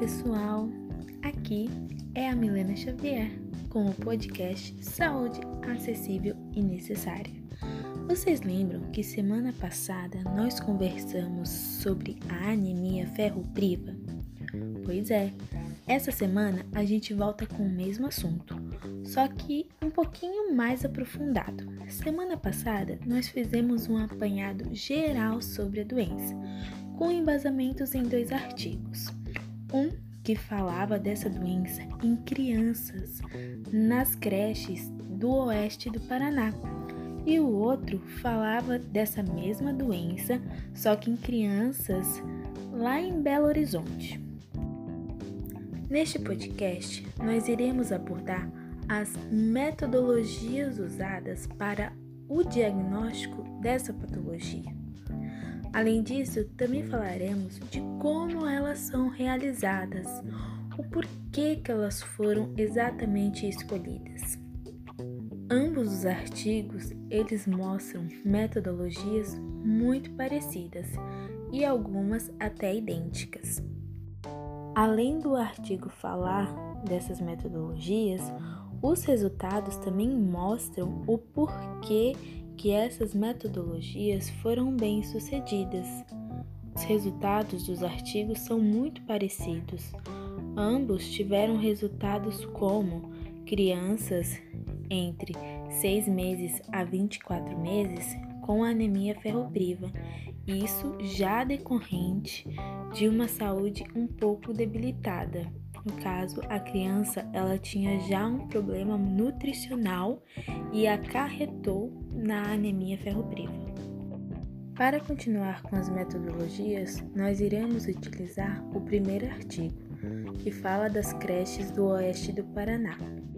pessoal, aqui é a Milena Xavier com o podcast Saúde Acessível e Necessária. Vocês lembram que semana passada nós conversamos sobre a anemia ferropriva? Pois é, essa semana a gente volta com o mesmo assunto, só que um pouquinho mais aprofundado. Semana passada nós fizemos um apanhado geral sobre a doença, com embasamentos em 2 artigos. Um que falava dessa doença em crianças nas creches do oeste do Paraná, e o outro falava dessa mesma doença, só que em crianças lá em Belo Horizonte. Neste podcast, nós iremos abordar as metodologias usadas para o diagnóstico dessa patologia. Além disso, também falaremos de como elas são realizadas, o porquê que elas foram exatamente escolhidas. Ambos os artigos, eles mostram metodologias muito parecidas e algumas até idênticas. Além do artigo falar dessas metodologias, os resultados também mostram o porquê que essas metodologias foram bem-sucedidas. Os resultados dos artigos são muito parecidos. Ambos tiveram resultados como crianças entre 6 meses a 24 meses com anemia ferropriva, isso já decorrente de uma saúde um pouco debilitada. No caso, a criança ela tinha já um problema nutricional e acarretou na anemia ferropriva. Para continuar com as metodologias, nós iremos utilizar o primeiro artigo, que fala das creches do oeste do Paraná.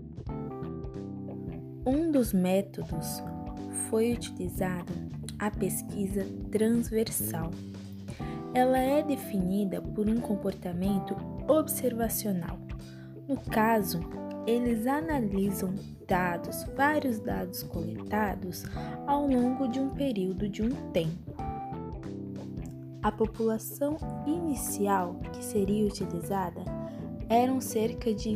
Um dos métodos foi utilizado a pesquisa transversal. Ela é definida por um comportamento observacional. No caso, eles analisam vários dados coletados ao longo de um período de um tempo. A população inicial que seria utilizada eram cerca de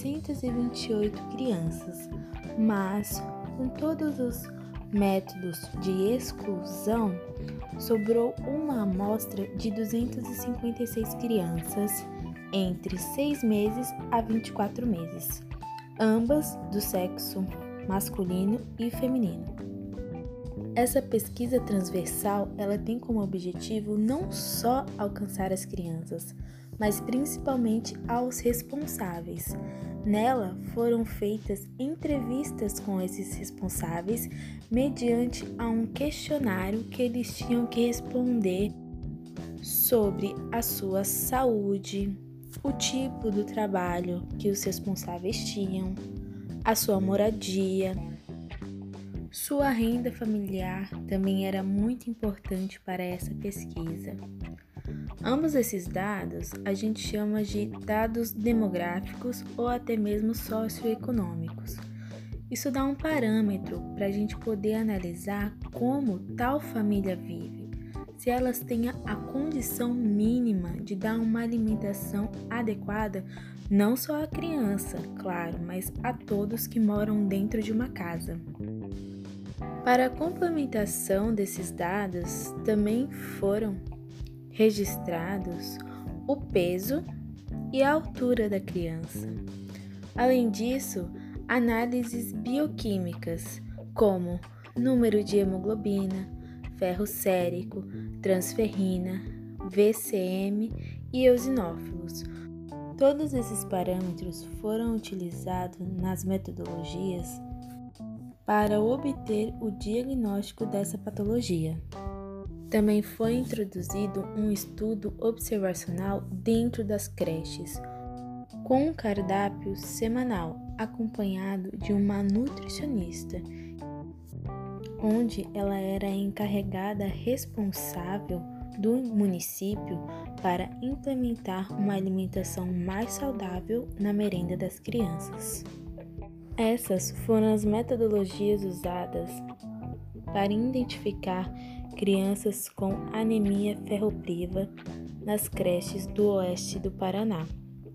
628 crianças, mas com todos os métodos de exclusão, sobrou uma amostra de 256 crianças entre 6 meses a 24 meses, ambas do sexo masculino e feminino. Essa pesquisa transversal, ela tem como objetivo não só alcançar as crianças, mas principalmente aos responsáveis. Nela foram feitas entrevistas com esses responsáveis mediante a um questionário que eles tinham que responder sobre a sua saúde, o tipo do trabalho que os responsáveis tinham, a sua moradia, sua renda familiar também era muito importante para essa pesquisa. Ambos esses dados a gente chama de dados demográficos ou até mesmo socioeconômicos. Isso dá um parâmetro para a gente poder analisar como tal família vive, se elas têm a condição mínima de dar uma alimentação adequada, não só à criança, claro, mas a todos que moram dentro de uma casa. Para a complementação desses dados, também foram registrados o peso e a altura da criança. Além disso, análises bioquímicas, como número de hemoglobina, ferro sérico, transferrina, VCM e eosinófilos. Todos esses parâmetros foram utilizados nas metodologias para obter o diagnóstico dessa patologia. Também foi introduzido um estudo observacional dentro das creches, com um cardápio semanal, acompanhado de uma nutricionista, onde ela era a encarregada responsável do município para implementar uma alimentação mais saudável na merenda das crianças. Essas foram as metodologias usadas para identificar crianças com anemia ferropriva nas creches do oeste do Paraná.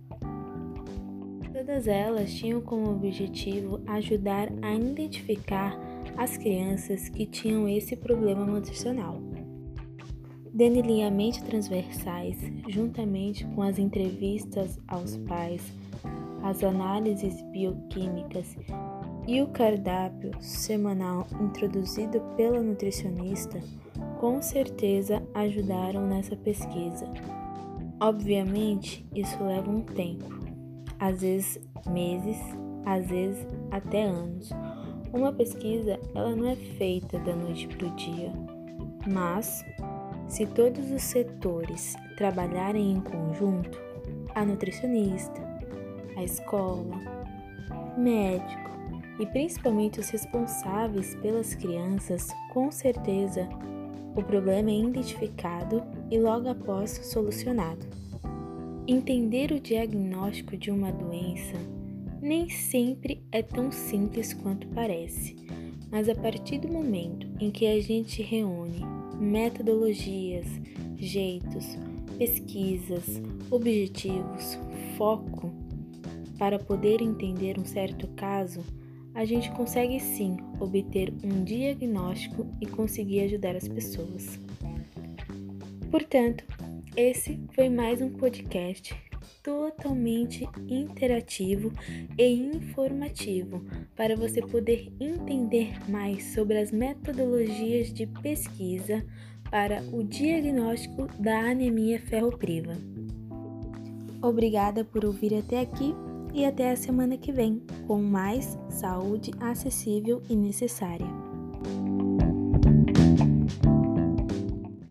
Todas elas tinham como objetivo ajudar a identificar as crianças que tinham esse problema nutricional. Delineamentos transversais, juntamente com as entrevistas aos pais, as análises bioquímicas e o cardápio semanal introduzido pela nutricionista, com certeza ajudaram nessa pesquisa. Obviamente, isso leva um tempo, às vezes meses, às vezes até anos. Uma pesquisa, ela não é feita da noite para o dia, mas se todos os setores trabalharem em conjunto, a nutricionista, a escola, médico e principalmente os responsáveis pelas crianças, com certeza o problema é identificado e logo após solucionado. Entender o diagnóstico de uma doença nem sempre é tão simples quanto parece, mas a partir do momento em que a gente reúne metodologias, jeitos, pesquisas, objetivos, foco para poder entender um certo caso, a gente consegue sim obter um diagnóstico e conseguir ajudar as pessoas. Portanto, esse foi mais um podcast totalmente interativo e informativo para você poder entender mais sobre as metodologias de pesquisa para o diagnóstico da anemia ferropriva. Obrigada por ouvir até aqui e até a semana que vem com mais saúde acessível e necessária.